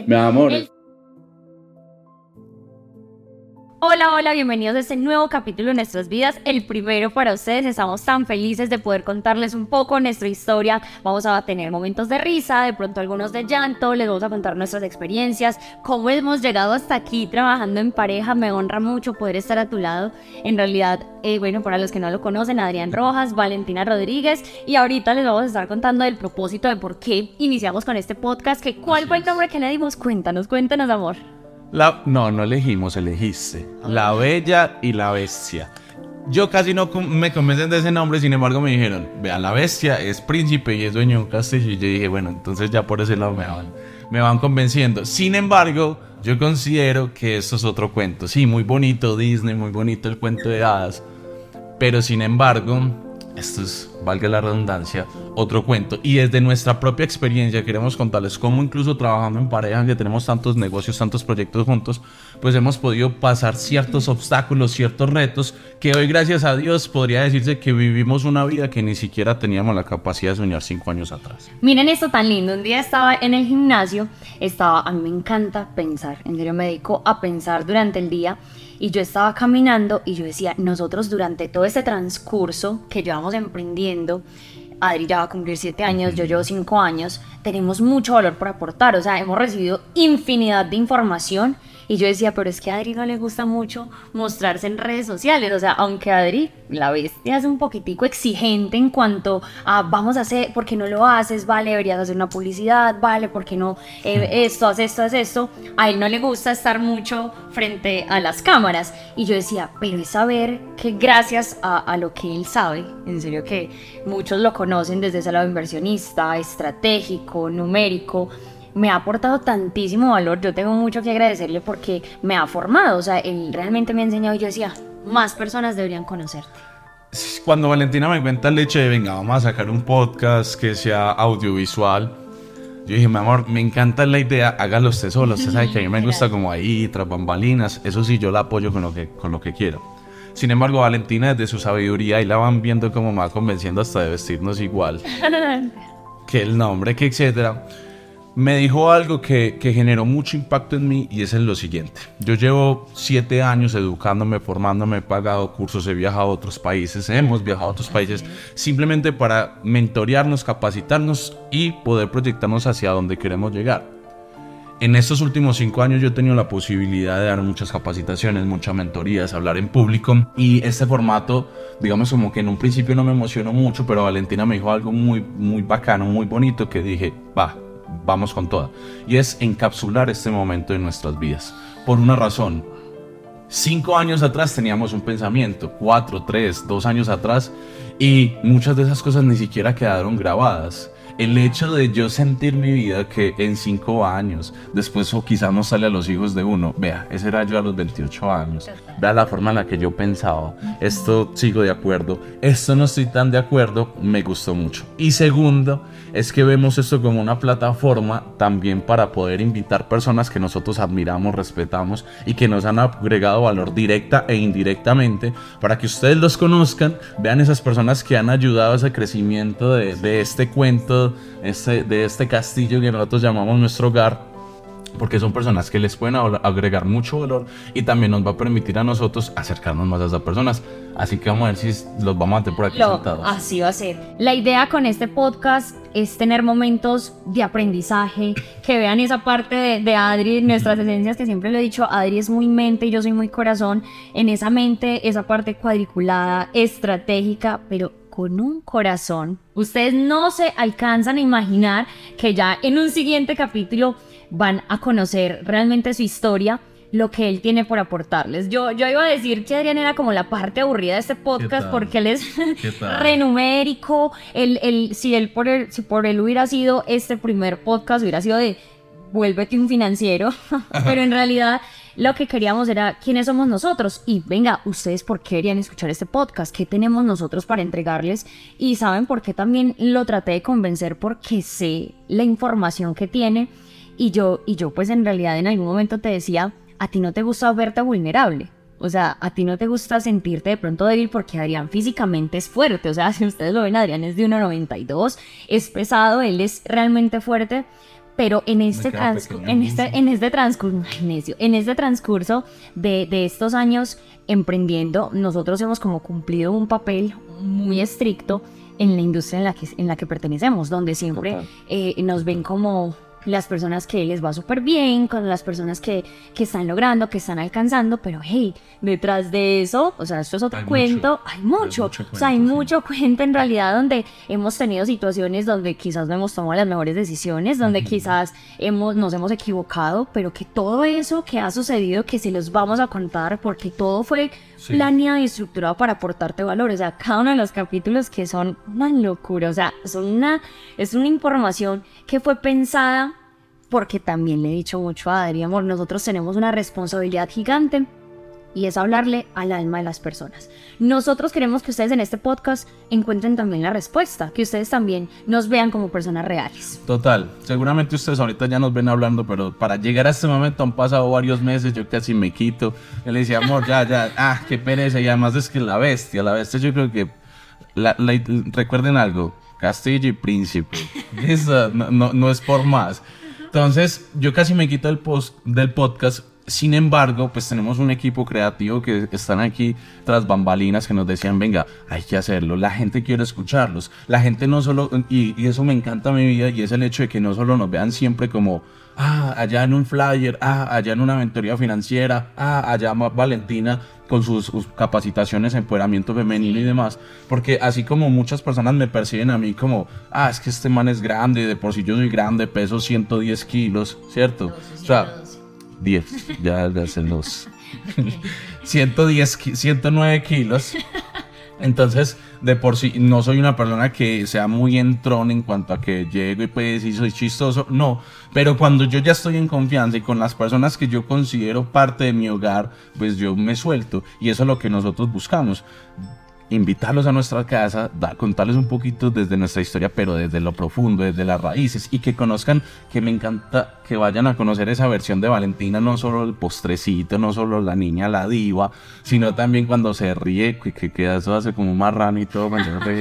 Mi amor. Hola, hola, bienvenidos a este nuevo capítulo de nuestras vidas, el primero para ustedes. Estamos tan felices de poder contarles un poco nuestra historia. Vamos a tener momentos de risa, de pronto algunos de llanto, les vamos a contar nuestras experiencias, cómo hemos llegado hasta aquí trabajando en pareja. Me honra mucho poder estar a tu lado. En realidad, bueno, para los que no lo conocen, Adrián Rojas, Valentina Rodríguez, y ahorita les vamos a estar contando el propósito de por qué iniciamos con este podcast. ¿Cuál fue el nombre que le dimos? Cuéntanos, amor. No elegimos, elegiste. La Bella y la Bestia. Yo casi no me convencen de ese nombre, sin embargo me dijeron, vean, la Bestia es príncipe y es dueño de un castillo. Y yo dije, bueno, entonces ya por ese lado me van convenciendo. Sin embargo, yo considero que esto es otro cuento. Sí, muy bonito Disney, muy bonito el cuento de hadas. Pero sin embargo, esto es, valga la redundancia, otro cuento. Y desde nuestra propia experiencia queremos contarles cómo incluso trabajando en pareja, que tenemos tantos negocios, tantos proyectos juntos, pues hemos podido pasar ciertos obstáculos, ciertos retos, que hoy gracias a Dios podría decirse que vivimos una vida que ni siquiera teníamos la capacidad de soñar 5 años atrás. Miren esto tan lindo, un día estaba en el gimnasio, a mí me encanta pensar, en serio me dedico a pensar durante el día. Y yo estaba caminando y yo decía, nosotros durante todo este transcurso que llevamos emprendiendo, Adri ya va a cumplir 7 años, yo llevo 5 años, tenemos mucho valor por aportar, o sea, hemos recibido infinidad de información. Y yo decía, pero es que a Adri no le gusta mucho mostrarse en redes sociales. O sea, aunque Adri, la bestia, es un poquitico exigente en cuanto a vamos a hacer, ¿por qué no lo haces? Vale, deberías hacer una publicidad, vale, ¿por qué no? Haz esto. A él no le gusta estar mucho frente a las cámaras. Y yo decía, pero es saber que gracias a lo que él sabe, en serio que muchos lo conocen desde ese lado inversionista, estratégico, numérico, me ha aportado tantísimo valor. Yo tengo mucho que agradecerle porque me ha formado, o sea, él realmente me ha enseñado y yo decía, más personas deberían conocerte. Cuando Valentina me cuenta el hecho de, venga, vamos a sacar un podcast que sea audiovisual, yo dije, mi amor, me encanta la idea, hágalo usted solo, usted sabe que a mí me gusta como ahí, tras bambalinas, eso sí, yo la apoyo con lo que quiero. Sin embargo, Valentina, desde su sabiduría, y la van viendo como me va convenciendo hasta de vestirnos igual, que el nombre, que etcétera. Me dijo algo que generó mucho impacto en mí y es en lo siguiente. Yo llevo 7 años educándome, formándome, he pagado cursos, he viajado a otros países, hemos viajado a otros países simplemente para mentorearnos, capacitarnos y poder proyectarnos hacia donde queremos llegar. En estos últimos 5 años yo he tenido la posibilidad de dar muchas capacitaciones, muchas mentorías, hablar en público y este formato, digamos como que en un principio no me emocionó mucho, pero Valentina me dijo algo muy, muy bacano, muy bonito que dije, vamos con toda. Y es encapsular este momento de nuestras vidas. Por una razón. 5 años atrás teníamos un pensamiento, 4, 3, 2 años atrás, y muchas de esas cosas ni siquiera quedaron grabadas. El hecho de yo sentir mi vida que en 5 años, después o quizás no sale a los hijos de uno, vea, ese era yo a los 28 años, vea la forma en la que yo pensaba, esto sigo de acuerdo, esto no estoy tan de acuerdo, me gustó mucho. Y segundo, es que vemos esto como una plataforma también para poder invitar personas que nosotros admiramos, respetamos y que nos han agregado valor directa e indirectamente para que ustedes los conozcan, vean esas personas que han ayudado a ese crecimiento de este cuento, de este castillo que nosotros llamamos nuestro hogar, porque son personas que les pueden agregar mucho valor y también nos va a permitir a nosotros acercarnos más a esas personas. Así que vamos a ver si los vamos a tener por aquí sentados. Así va a ser. La idea con este podcast es tener momentos de aprendizaje, que vean esa parte de Adri, nuestras esencias, que siempre lo he dicho, Adri es muy mente y yo soy muy corazón. En esa mente, esa parte cuadriculada, estratégica, pero con un corazón. Ustedes no se alcanzan a imaginar que ya en un siguiente capítulo van a conocer realmente su historia, lo que él tiene por aportarles. Yo iba a decir que Adrián era como la parte aburrida de este podcast porque él es renumérico. Si por él hubiera sido este primer podcast, hubiera sido de vuélvete un financiero. Pero en realidad lo que queríamos era quiénes somos nosotros. Y venga, ustedes por qué querían escuchar este podcast, qué tenemos nosotros para entregarles. Y saben por qué también lo traté de convencer, porque sé la información que tiene. Y yo pues en realidad en algún momento te decía, a ti no te gusta verte vulnerable, o sea, a ti no te gusta sentirte de pronto débil, porque Adrián físicamente es fuerte, o sea, si ustedes lo ven, Adrián es de 1,92, es pesado, él es realmente fuerte, pero en este transcurso de estos años emprendiendo, nosotros hemos como cumplido un papel muy estricto en la industria en la que pertenecemos, donde siempre nos ven como las personas que les va súper bien, con las personas que están logrando, que están alcanzando, pero hey, detrás de eso, o sea, esto es otro cuento, hay mucho cuento en realidad, donde hemos tenido situaciones donde quizás no hemos tomado las mejores decisiones, donde quizás nos hemos equivocado, pero que todo eso que ha sucedido, que se los vamos a contar, porque todo fue planeado y estructurado para aportarte valor. O sea, cada uno de los capítulos que son una locura, o sea, es una información que fue pensada, porque también le he dicho mucho a Adri, amor, nosotros tenemos una responsabilidad gigante y es hablarle al alma de las personas. Nosotros queremos que ustedes en este podcast encuentren también la respuesta, que ustedes también nos vean como personas reales. Total, seguramente ustedes ahorita ya nos ven hablando, pero para llegar a este momento han pasado varios meses, yo casi me quito. Yo le decía, amor, ya, qué pereza. Y además es que la bestia yo creo que, recuerden algo, Castillo y Príncipe, eso no es por más. Entonces, yo casi me quito del podcast. Sin embargo, pues tenemos un equipo creativo que están aquí tras bambalinas, que nos decían, venga, hay que hacerlo, la gente quiere escucharlos, la gente no solo, y eso me encanta mi vida, y es el hecho de que no solo nos vean siempre como, allá en un flyer, allá en una mentoría financiera, allá Valentina con sus capacitaciones, empoderamiento femenino y demás, porque así como muchas personas me perciben a mí como, es que este man es grande, de por sí yo soy grande, peso 110 kilos, ¿cierto? O sea, 10, ya hacen los 109 kilos. Entonces, de por sí, no soy una persona que sea muy entrón en cuanto a que llego y pues y soy chistoso, no. Pero cuando yo ya estoy en confianza y con las personas que yo considero parte de mi hogar, pues yo me suelto. Y eso es lo que nosotros buscamos. Invitarlos a nuestra casa, contarles un poquito desde nuestra historia, pero desde lo profundo, desde las raíces, y que conozcan, que me encanta que vayan a conocer esa versión de Valentina, no solo el postrecito, no solo la niña, la diva, sino también cuando se ríe, que eso hace como un marrano y todo,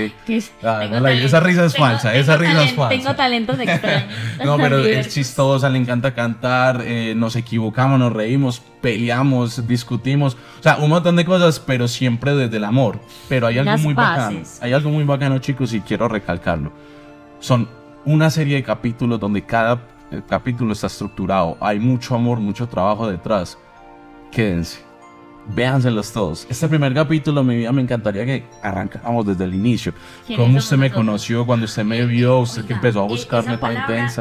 esa risa es falsa, Tengo talentos extraños. No, pero es chistosa, le encanta cantar, nos equivocamos, nos reímos, peleamos, discutimos, o sea, un montón de cosas, pero siempre desde el amor. Pero hay algo muy bacano, chicos, y quiero recalcarlo. Son una serie de capítulos donde cada capítulo está estructurado. Hay mucho amor, mucho trabajo detrás. Quédense, véanselos todos. Este primer capítulo de mi vida me encantaría que arrancáramos desde el inicio. ¿Cómo usted me conoció? Cuando usted me vio, usted que empezó a buscarme tan intensa.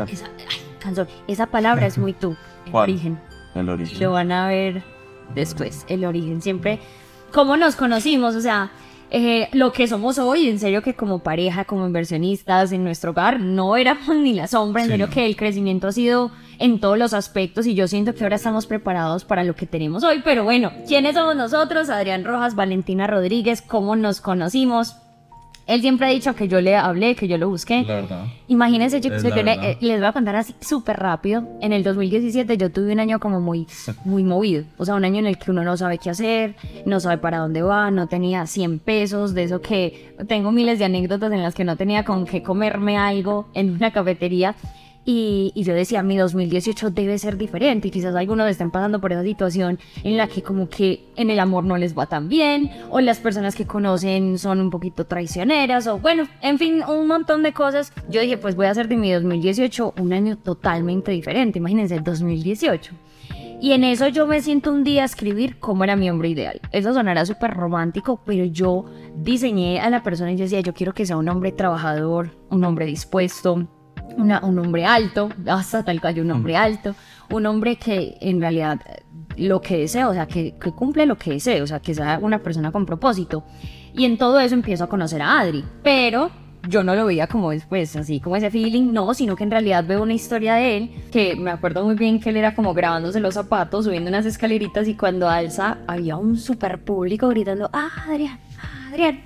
Esa palabra es muy tú. ¿Cuál? El origen. Lo van a ver después. El origen. Siempre, ¿cómo nos conocimos? O sea, lo que somos hoy, en serio que como pareja, como inversionistas en nuestro hogar, no éramos ni la sombra, en serio que el crecimiento ha sido en todos los aspectos y yo siento que ahora estamos preparados para lo que tenemos hoy. Pero bueno, ¿quiénes somos nosotros? Adrián Rojas, Valentina Rodríguez, ¿cómo nos conocimos? Él siempre ha dicho que yo le hablé, que yo lo busqué. La verdad. Imagínense, chicos, que les voy a contar así súper rápido. En el 2017 yo tuve un año como muy movido. O sea, un año en el que uno no sabe qué hacer, no sabe para dónde va, no tenía 100 pesos, de eso que tengo miles de anécdotas en las que no tenía con qué comerme algo en una cafetería. Y yo decía, mi 2018 debe ser diferente, y quizás algunos estén pasando por esa situación en la que como que en el amor no les va tan bien, o las personas que conocen son un poquito traicioneras, o bueno, en fin, un montón de cosas. Yo dije, pues voy a hacer de mi 2018 un año totalmente diferente, imagínense, el 2018. Y en eso yo me siento un día a escribir cómo era mi hombre ideal. Eso sonará súper romántico, pero yo diseñé a la persona y yo decía, yo quiero que sea un hombre trabajador, un hombre dispuesto, un hombre alto, hasta tal cual, un hombre alto, un hombre que en realidad lo que deseo, o sea, que cumple lo que deseo, o sea, que sea una persona con propósito. Y en todo eso empiezo a conocer a Adri, pero yo no lo veía como después, así como ese feeling, no, sino que en realidad veo una historia de él, que me acuerdo muy bien que él era como grabándose los zapatos, subiendo unas escaleritas, y cuando alza había un super público gritando, Adrián, Adrián.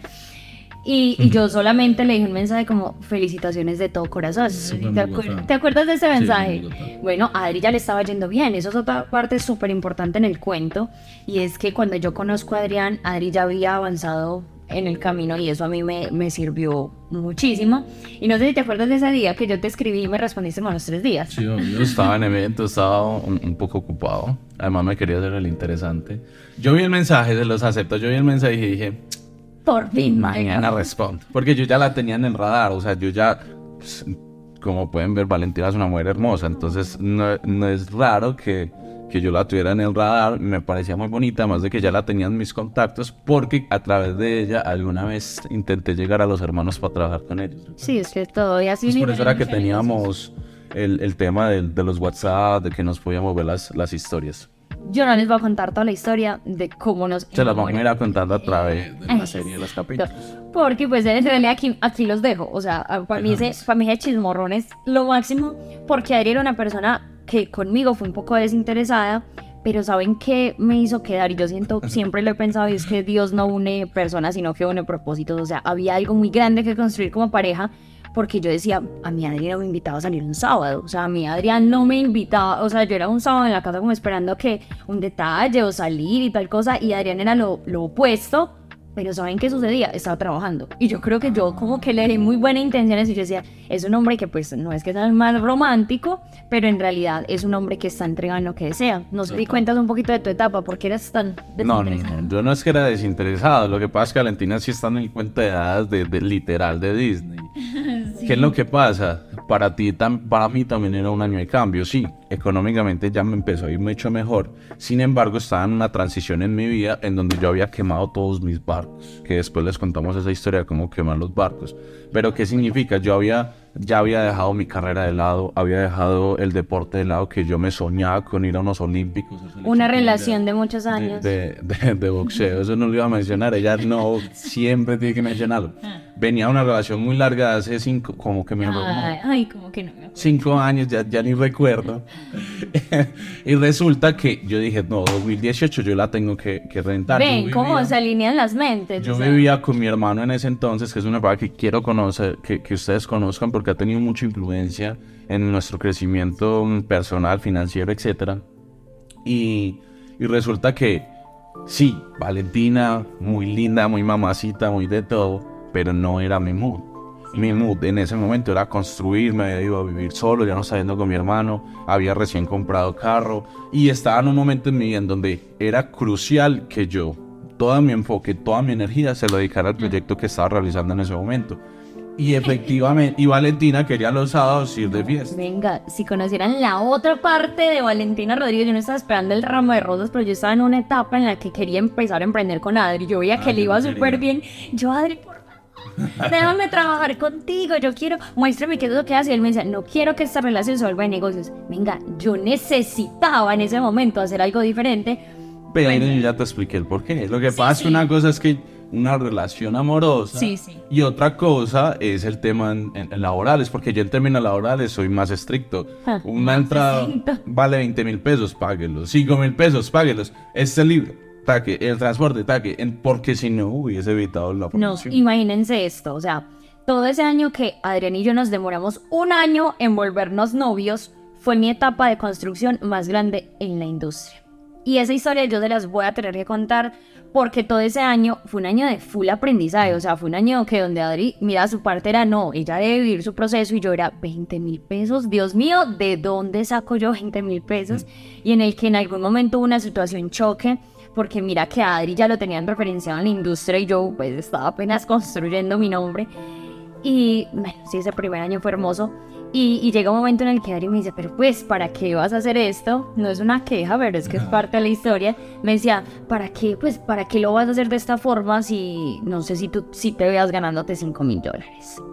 Y yo solamente le dije un mensaje como, felicitaciones de todo corazón. ¿Te acuerdas de ese mensaje? Sí, bueno, a Adri ya le estaba yendo bien. Eso es otra parte súper importante en el cuento. Y es que cuando yo conozco a Adrián, Adri ya había avanzado en el camino y eso a mí me sirvió muchísimo. Y no sé si te acuerdas de ese día que yo te escribí y me respondiste como a los 3 días. Sí, yo estaba en evento, estaba un poco ocupado. Además me quería hacer el interesante. Yo vi el mensaje, se los acepto. Yo vi el mensaje y dije, por fin, mañana respondo. Porque yo ya la tenía en el radar, o sea, yo ya... Pues, como pueden ver, Valentina es una mujer hermosa, entonces no es raro que yo la tuviera en el radar. Me parecía muy bonita, más de que ya la tenía en mis contactos, porque a través de ella alguna vez intenté llegar a los hermanos para trabajar con ellos. Sí, es que todavía sí. Por eso era que teníamos el tema de los WhatsApp, de que nos podíamos ver las historias. Yo no les voy a contar toda la historia de cómo nos... Se las vamos a ir a contando a través de la serie de los capítulos. Porque pues en realidad aquí los dejo. O sea, para mí ese chismorrón es lo máximo. Porque Adri era una persona que conmigo fue un poco desinteresada. Pero ¿saben qué me hizo quedar? Y yo siempre lo he pensado, y es que Dios no une personas, sino que une propósitos. O sea, había algo muy grande que construir como pareja. Porque yo decía, a mi Adrián no me invitaba a salir un sábado. O sea, a mi Adrián no me invitaba. O sea, yo era un sábado en la casa como esperando que un detalle o salir y tal cosa. Y Adrián era lo opuesto. Pero ¿saben qué sucedía? Estaba trabajando. Y yo creo que yo como que le di muy buenas intenciones. Y yo decía, es un hombre que pues no es que sea el más romántico, pero en realidad es un hombre que está entregado en lo que desea. Nos di cuentas un poquito de tu etapa. ¿Por qué eras tan desinteresado? No, yo no es que era desinteresado. Lo que pasa es que Valentina sí está en el cuento de hadas de literal de Disney. Sí. ¿Qué es lo que pasa? Para mí también era un año de cambio. Sí, económicamente ya me empezó a ir mucho mejor. Sin embargo, estaba en una transición en mi vida en donde yo había quemado todos mis barcos. Que después les contamos esa historia de cómo quemar los barcos. Pero ¿qué significa? Ya había dejado mi carrera de lado, había dejado el deporte de lado, que yo me soñaba con ir a unos olímpicos. Una relación de muchos años. De boxeo, eso no lo iba a mencionar, ella no siempre tiene que mencionarlo. Venía una relación muy larga hace 5, como que me como que no me acuerdo. 5 años, ya ni recuerdo. Y resulta que yo dije, no, 2018 yo la tengo que rentar. Ven, cómo se alinean las mentes. Yo vivía con mi hermano en ese entonces, que es una pareja que quiero conocer, que ustedes conozcan, porque ha tenido mucha influencia en nuestro crecimiento personal, financiero, etc. Y resulta que sí, Valentina, muy linda, muy mamacita, muy de todo, pero no era mi mood. Mi mood en ese momento era construir, me había ido a vivir solo, ya no estaba yendo con mi hermano, había recién comprado carro y estaba en un momento en mi vida en donde era crucial que yo, todo mi enfoque, toda mi energía se lo dedicara al proyecto que estaba realizando en ese momento. Y efectivamente, y Valentina quería los sábados ir de fiesta. Venga, si conocieran la otra parte de Valentina Rodríguez, yo no estaba esperando el ramo de rosas, pero yo estaba en una etapa en la que quería empezar a emprender con Adri. Yo veía que le iba súper bien. Yo, Adri, por favor, déjame trabajar contigo, yo quiero, muéstrame qué es lo que hace. Y él me decía, no quiero que esta relación se vuelva de negocios. Venga, yo necesitaba en ese momento hacer algo diferente. Pero yo ya te expliqué el porqué. Lo que pasa es que una cosa es que una relación amorosa y otra cosa es el tema en laborales, porque yo en términos laborales soy más estricto. Una entrada vale 20,000 pesos, páguelos. 5,000 pesos, páguelos. Este libro, taque, el transporte, taque, porque si no hubiese evitado la promoción. No, imagínense esto, o sea, todo ese año que Adrián y yo nos demoramos 1 año en volvernos novios, fue mi etapa de construcción más grande en la industria. Y esa historia yo se las voy a tener que contar porque todo ese año fue un año de full aprendizaje. O sea, fue un año que donde Adri, mira, su parte era no, ella debe vivir su proceso y yo era 20,000 pesos. Dios mío, ¿de dónde saco yo 20,000 pesos? Y en el que en algún momento hubo una situación choque porque mira que Adri ya lo tenían referenciado en la industria y yo pues estaba apenas construyendo mi nombre. Y bueno, sí, ese primer año fue hermoso. Y llega un momento en el que Adri me dice, pero pues, ¿para qué vas a hacer esto? No es una queja, pero es que es parte de la historia. Me decía, ¿para qué? Pues, ¿para qué lo vas a hacer de esta forma si, no sé, si te veas ganándote $5,000?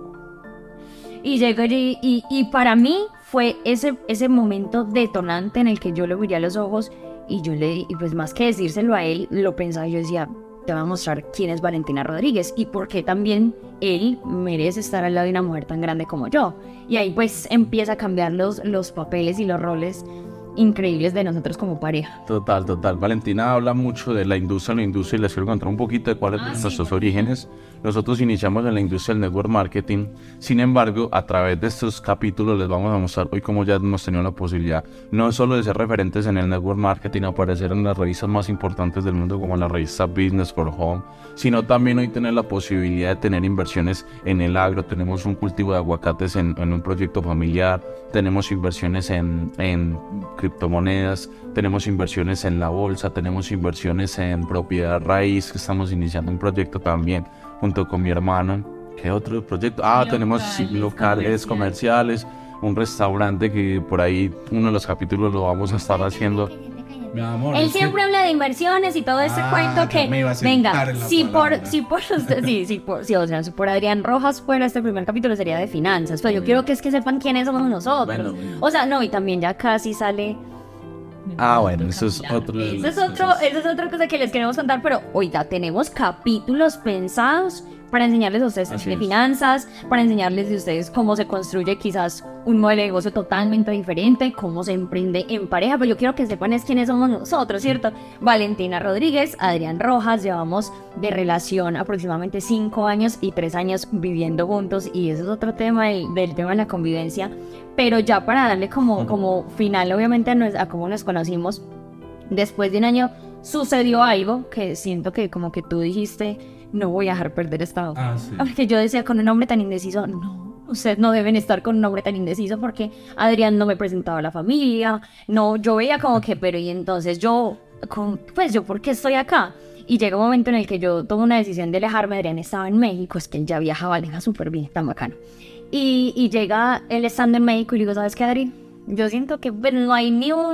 Y llego allí y para mí fue ese momento detonante en el que yo lo miré a los ojos y pues más que decírselo a él, lo pensaba y yo decía, te voy a mostrar quién es Valentina Rodríguez y por qué también él merece estar al lado de una mujer tan grande como yo. Y ahí pues empieza a cambiar los papeles y los roles increíbles de nosotros como pareja. Total. Valentina habla mucho de la industria y les quiero contar un poquito de cuáles son nuestros orígenes. Nosotros iniciamos en la industria del network marketing. Sin embargo, a través de estos capítulos les vamos a mostrar hoy cómo ya hemos tenido la posibilidad no solo de ser referentes en el network marketing, aparecer en las revistas más importantes del mundo como la revista Business for Home, sino también hoy tener la posibilidad de tener inversiones en el agro. Tenemos un cultivo de aguacates en un proyecto familiar, tenemos inversiones en criptomonedas, tenemos inversiones en la bolsa, tenemos inversiones en propiedad raíz, que estamos iniciando un proyecto también junto con mi hermano. ¿Qué otro proyecto? Tenemos locales comerciales, un restaurante que por ahí uno de los capítulos lo vamos a estar haciendo. Mi amor, él siempre habla de inversiones y todo ese cuento que venga, si por Adrián Rojas fuera este primer capítulo sería de finanzas, pero yo quiero que sepan quiénes somos nosotros. Bueno. O sea, no, y también ya casi sale. Bueno, eso es otra cosa que les queremos contar, pero oiga, tenemos capítulos pensados para enseñarles a ustedes de finanzas, para enseñarles de ustedes cómo se construye quizás un modelo de negocio totalmente diferente, cómo se emprende en pareja, pero yo quiero que sepan es quiénes somos nosotros, ¿cierto? Valentina Rodríguez, Adrián Rojas, llevamos de relación aproximadamente 5 años y 3 años viviendo juntos, y eso es otro tema del tema de la convivencia, pero ya para darle como final obviamente a cómo nos conocimos, después de un año sucedió algo que siento que como que tú dijiste, no voy a dejar perder esta obra. Sí. Porque yo decía, con un hombre tan indeciso, no, ustedes no deben estar con un hombre tan indeciso, porque Adrián no me presentaba a la familia, no, yo veía como que, pero y entonces yo, ¿por qué estoy acá? Y llega un momento en el que yo tomo una decisión de alejarme. Adrián estaba en México, es que él ya viajaba, le iba súper bien, tan bacano. Y llega él estando en México y le digo, ¿sabes qué, Adri? Yo siento que no hay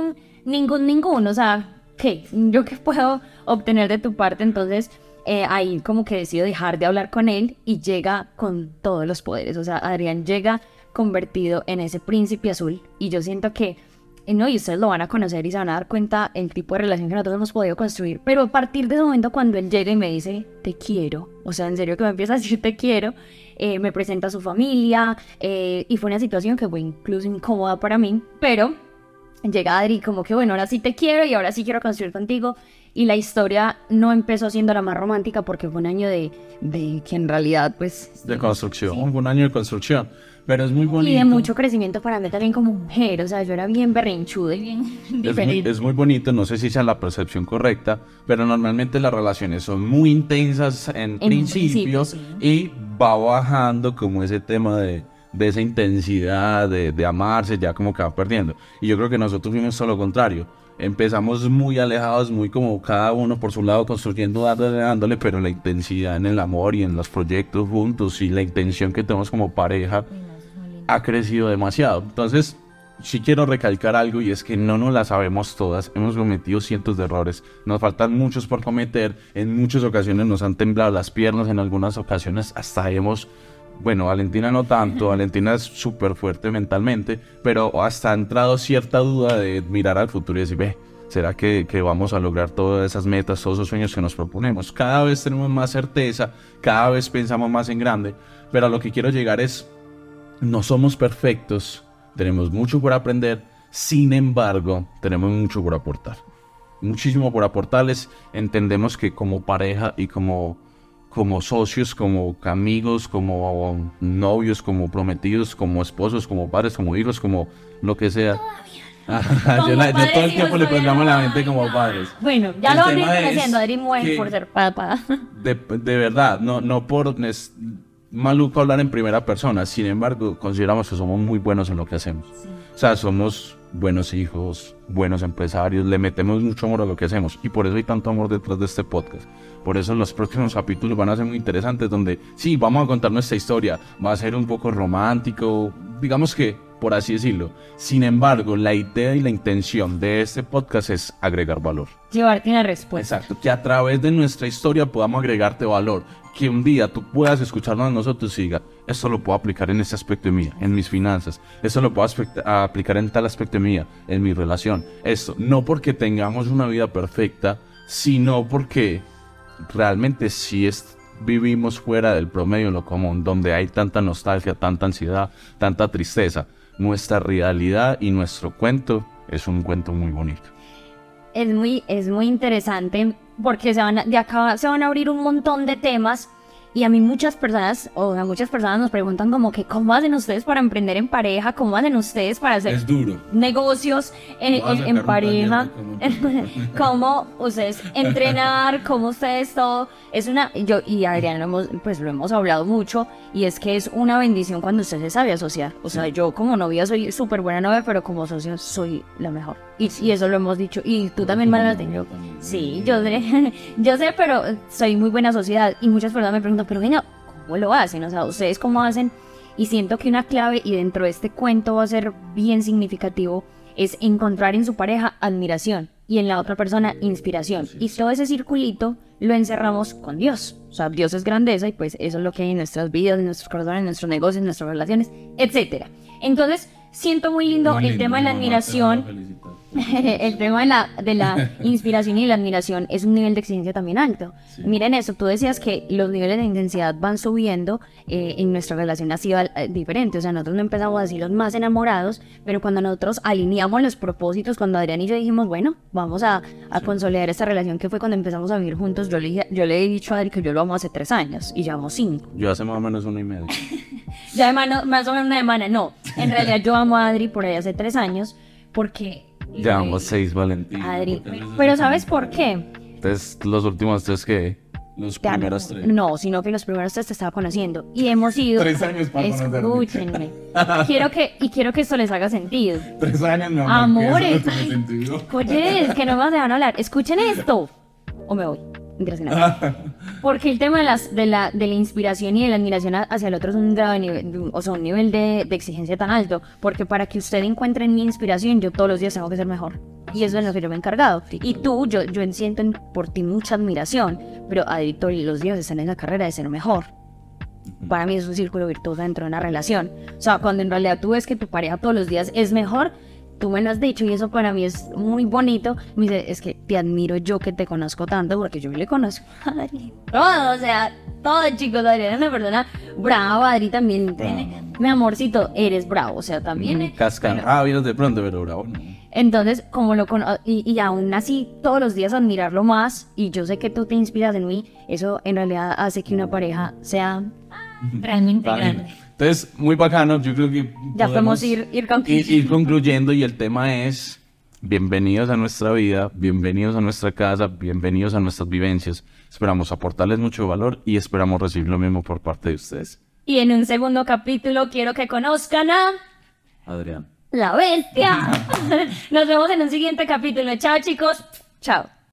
ningún, o sea, ¿qué? ¿Yo qué puedo obtener de tu parte? Entonces, ahí como que decido dejar de hablar con él y llega con todos los poderes. O sea, Adrián llega convertido en ese príncipe azul y yo siento que, no, y ustedes lo van a conocer y se van a dar cuenta el tipo de relación que nosotros hemos podido construir. Pero a partir de ese momento, cuando él llega y me dice, te quiero, o sea, en serio que me empieza a decir te quiero, me presenta a su familia, y fue una situación que fue incluso incómoda para mí, pero llega Adri como que bueno, ahora sí te quiero y ahora sí quiero construir contigo. Y la historia no empezó siendo la más romántica porque fue un año de que en realidad pues... De construcción, sí. Fue un año de construcción, pero es muy bonito. Y de mucho crecimiento para mí también como mujer, o sea, yo era bien berrinchuda y bien diferente. Es muy bonito, no sé si sea la percepción correcta, pero normalmente las relaciones son muy intensas en principio, sí. Y va bajando como ese tema de esa intensidad, de amarse, ya como que va perdiendo. Y yo creo que nosotros fuimos todo lo contrario. Empezamos muy alejados, muy como cada uno por su lado construyendo, dándole, pero la intensidad en el amor y en los proyectos juntos y la intención que tenemos como pareja ha crecido demasiado. Entonces, sí quiero recalcar algo, y es que no nos la sabemos todas, hemos cometido cientos de errores, nos faltan muchos por cometer, en muchas ocasiones nos han temblado las piernas, en algunas ocasiones hasta hemos... Bueno, Valentina no tanto, Valentina es súper fuerte mentalmente, pero hasta ha entrado cierta duda de mirar al futuro y decir, ¿será que vamos a lograr todas esas metas, todos esos sueños que nos proponemos? Cada vez tenemos más certeza, cada vez pensamos más en grande, pero a lo que quiero llegar es, no somos perfectos, tenemos mucho por aprender, sin embargo, tenemos mucho por aportar. Muchísimo por aportarles, entendemos que como pareja y como socios, como amigos, como novios, como prometidos, como esposos, como padres, como hijos, como lo que sea. Yo todo el tiempo le pongamos la mente como padres. Bueno, ya lo estoy conociendo, Adri muere por ser papá. De verdad, no por maluco hablar en primera persona, sin embargo, consideramos que somos muy buenos en lo que hacemos. Sí. O sea, somos buenos hijos, buenos empresarios, le metemos mucho amor a lo que hacemos y por eso hay tanto amor detrás de este podcast. Por eso los próximos capítulos van a ser muy interesantes, donde sí, vamos a contar nuestra historia, va a ser un poco romántico, digamos que, por así decirlo. Sin embargo, la idea y la intención de este podcast es agregar valor. Llevarte una respuesta. Exacto, que a través de nuestra historia podamos agregarte valor, que un día tú puedas escucharnos a nosotros y digas, esto lo puedo aplicar en este aspecto de mí, en mis finanzas, esto lo puedo aplicar en tal aspecto de mí, en mi relación. Esto, no porque tengamos una vida perfecta, sino porque realmente sí vivimos fuera del promedio, lo común, donde hay tanta nostalgia, tanta ansiedad, tanta tristeza. Nuestra realidad y nuestro cuento es un cuento muy bonito. Es muy interesante porque de acá se van a abrir un montón de temas y a mí muchas personas nos preguntan como que ¿cómo hacen ustedes para emprender en pareja? ¿Cómo hacen ustedes para hacer Es duro. negocios en pareja? ¿Cómo ustedes entrenar? ¿Cómo ustedes todo? Yo y Adrián lo hemos hablado mucho y es que es una bendición cuando usted se sabe asociar. O sea, yo como novia soy súper buena novia, pero como socio soy la mejor. Y eso lo hemos dicho. Y tú también, Manuel. Sí, yo sé, pero soy muy buena sociedad. Y muchas personas me preguntan, pero venga, ¿cómo lo hacen? O sea, ¿ustedes cómo hacen? Y siento que una clave, y dentro de este cuento va a ser bien significativo, es encontrar en su pareja admiración y en la otra persona inspiración. Y todo ese circulito lo encerramos con Dios. O sea, Dios es grandeza y pues eso es lo que hay en nuestras vidas, en nuestros corazones, en nuestros negocios, en nuestras relaciones, etc. Entonces, siento muy lindo el tema de la admiración. El tema de la inspiración y la admiración es un nivel de exigencia también alto. Sí. Miren eso, tú decías que los niveles de intensidad van subiendo, en nuestra relación ha sido diferente. O sea, nosotros no empezamos así los más enamorados, pero cuando nosotros alineamos los propósitos, cuando Adrián y yo dijimos, bueno, vamos a consolidar esta relación, que fue cuando empezamos a vivir juntos, yo le he dicho a Adri que yo lo amo hace 3 años y llevamos 5. Yo hace más o menos 1 y medio. Ya más o menos 1 semana, no. En realidad yo amo a Adri por ahí hace 3 años, porque... Llevamos 6, Valentín. Adri, pero ¿sabes por qué? Entonces, los últimos 3 que... Los primeros 3. No, sino que los primeros 3 te estaba conociendo. Y hemos ido... 3 años para conocerme. Escúchenme. quiero que esto les haga sentido. 3 años, mi amor. Amores. Oye, es que no me dejan hablar. Escuchen esto. O me voy. Porque el tema de la inspiración y de la admiración hacia el otro es un grave nivel, o sea, un nivel de exigencia tan alto. Porque para que usted encuentre en mi inspiración, yo todos los días tengo que ser mejor. Y eso es lo que yo me he encargado. Y tú, yo siento por ti mucha admiración, pero Adri todos los días están en la carrera de ser mejor. Para mí es un círculo virtuoso dentro de una relación. O sea, cuando en realidad tú ves que tu pareja todos los días es mejor, tú me lo has dicho y eso para mí es muy bonito. Me dice, es que te admiro yo que te conozco tanto, porque yo le conozco a Adri. Todo, o sea, todo, chicos. Adri es una persona brava. Adri también tiene, mi amorcito, eres bravo, o sea, también. Cascarrabias de pronto, pero bravo no. Entonces, como y aún así, todos los días admirarlo más, y yo sé que tú te inspiras en mí, eso en realidad hace que una pareja sea realmente grande. Entonces, muy bacano, yo creo que ya podemos ir concluyendo, y el tema es: bienvenidos a nuestra vida, bienvenidos a nuestra casa, bienvenidos a nuestras vivencias. Esperamos aportarles mucho valor y esperamos recibir lo mismo por parte de ustedes. Y en un segundo capítulo quiero que conozcan a... Adrián. La bestia. Nos vemos en un siguiente capítulo. Chao, chicos. Chao.